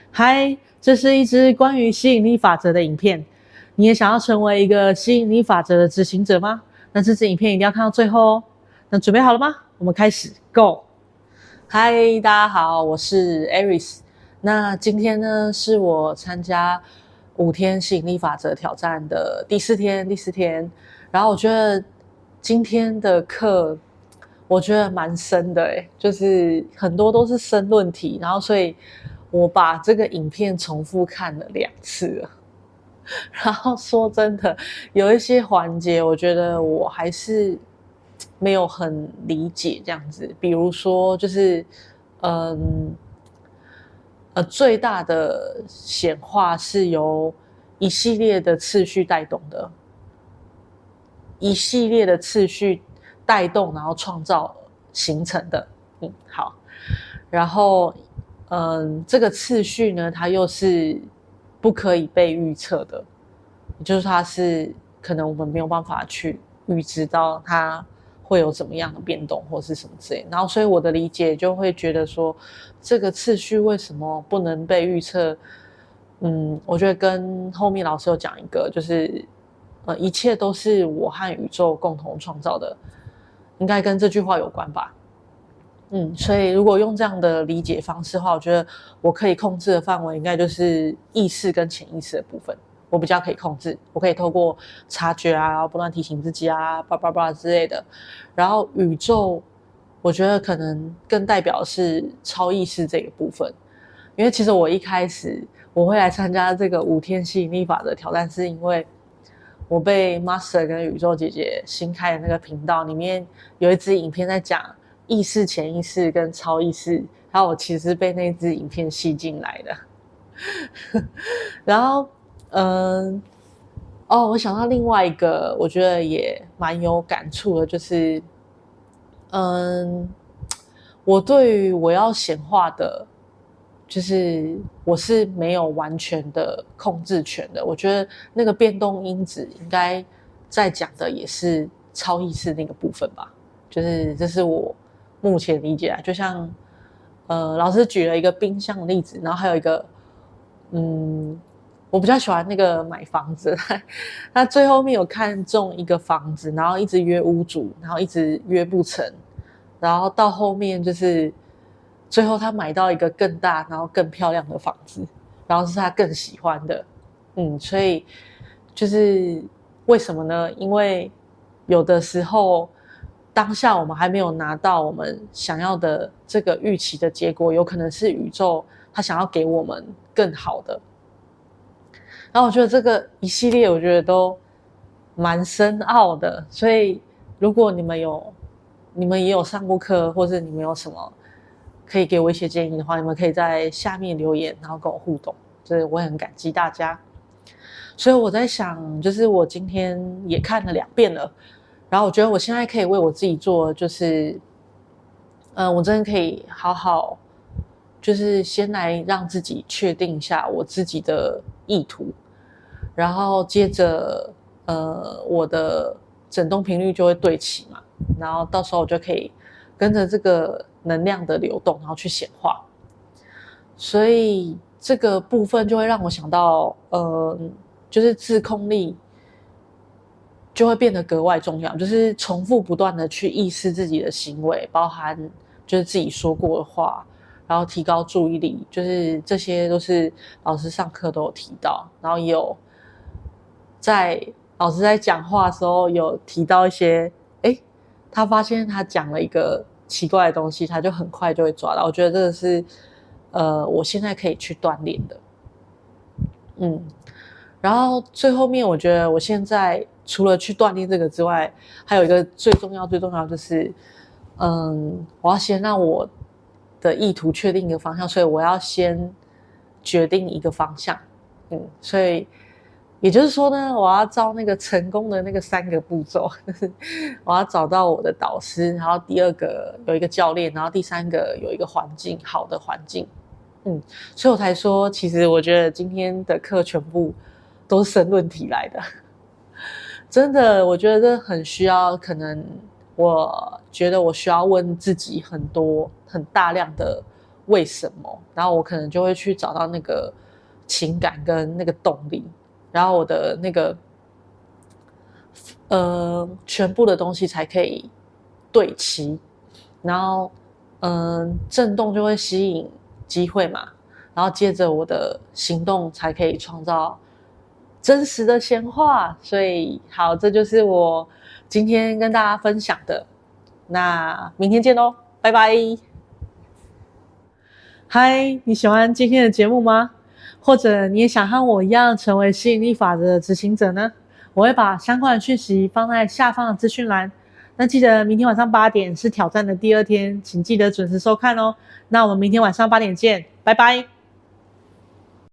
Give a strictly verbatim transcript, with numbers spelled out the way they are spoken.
嗨，这是一支关于吸引力法则的影片。你也想要成为一个吸引力法则的执行者吗？那这支影片一定要看到最后哦。那准备好了吗？我们开始 ，Go！ 嗨，大家好，我是 Aris。那今天呢，是我参加五天吸引力法则挑战的第四天，第四天。然后我觉得今天的课，我觉得蛮深的诶，就是很多都是申论题，然后所以我把这个影片重复看了两次了。然后说真的，有一些环节，我觉得我还是没有很理解这样子。比如说，就是嗯呃，最大的显化是由一系列的次序带动的，一系列的次序带动，然后创造形成的。嗯，好。然后，嗯，这个次序呢，它又是不可以被预测的，也就是它是可能我们没有办法去预知到它会有怎么样的变动或是什么之类的。然后，所以我的理解就会觉得说，这个次序为什么不能被预测？嗯，我觉得跟后面老师有讲一个，就是呃，一切都是我和宇宙共同创造的，应该跟这句话有关吧。嗯，所以如果用这样的理解方式的话，我觉得我可以控制的范围应该就是意识跟潜意识的部分，我比较可以控制，我可以透过察觉啊，然后不断提醒自己啊，叭叭叭之类的。然后宇宙，我觉得可能更代表的是超意识这个部分，因为其实我一开始我会来参加这个五天吸引力法的挑战，是因为我被 Master 跟宇宙姐姐新开的那个频道里面有一支影片在讲意识、潜意识跟超意识，然后我其实被那支影片吸进来的。然后，嗯，哦，我想到另外一个，我觉得也蛮有感触的，就是，嗯，我对于我要显化的，就是我是没有完全的控制权的。我觉得那个变动因子应该在讲的也是超意识那个部分吧，就是这是我目前理解啊，就像呃老师举了一个冰箱的例子，然后还有一个嗯，我比较喜欢那个买房子，他最后面有看中一个房子，然后一直约屋主，然后一直约不成，然后到后面就是最后他买到一个更大然后更漂亮的房子，然后是他更喜欢的。嗯，所以就是为什么呢？因为有的时候当下我们还没有拿到我们想要的这个预期的结果，有可能是宇宙他想要给我们更好的。然后我觉得这个一系列我觉得都蛮深奥的，所以如果你们有你们也有上过课，或是你们有什么可以给我一些建议的话，你们可以在下面留言，然后跟我互动，就是我也很感激大家。所以我在想，就是我今天也看了两遍了，然后我觉得我现在可以为我自己做，就是嗯、呃，我真的可以好好就是先来让自己确定一下我自己的意图，然后接着呃我的振动频率就会对齐嘛，然后到时候我就可以跟着这个能量的流动，然后去显化。所以这个部分就会让我想到，呃，就是自控力就会变得格外重要，就是重复不断的去意识自己的行为，包含就是自己说过的话，然后提高注意力，就是这些都是老师上课都有提到，然后也有在老师在讲话的时候有提到一些，诶，他发现他讲了一个奇怪的东西，他就很快就会抓到。我觉得这个是呃我现在可以去锻炼的，嗯。然后最后面，我觉得我现在除了去锻炼这个之外，还有一个最重要、最重要就是，嗯，我要先让我的意图确定一个方向，所以我要先决定一个方向，嗯，所以也就是说呢，我要照那个成功的那个三个步骤，就是我要找到我的导师，然后第二个有一个教练，然后第三个有一个环境，好的环境，嗯，所以我才说，其实我觉得今天的课全部都是申论题来的，真的，我觉得这很需要，可能我觉得我需要问自己很多很大量的为什么，然后我可能就会去找到那个情感跟那个动力，然后我的那个呃全部的东西才可以对齐，然后嗯、呃、震动就会吸引机会嘛，然后接着我的行动才可以创造真实的显化。所以好，这就是我今天跟大家分享的，那明天见咯，拜拜。嗨，你喜欢今天的节目吗？或者你也想和我一样成为吸引力法则的执行者呢？我会把相关的讯息放在下方的资讯栏。那记得明天晚上八点是挑战的第二天，请记得准时收看哦。那我们明天晚上八点见，拜拜。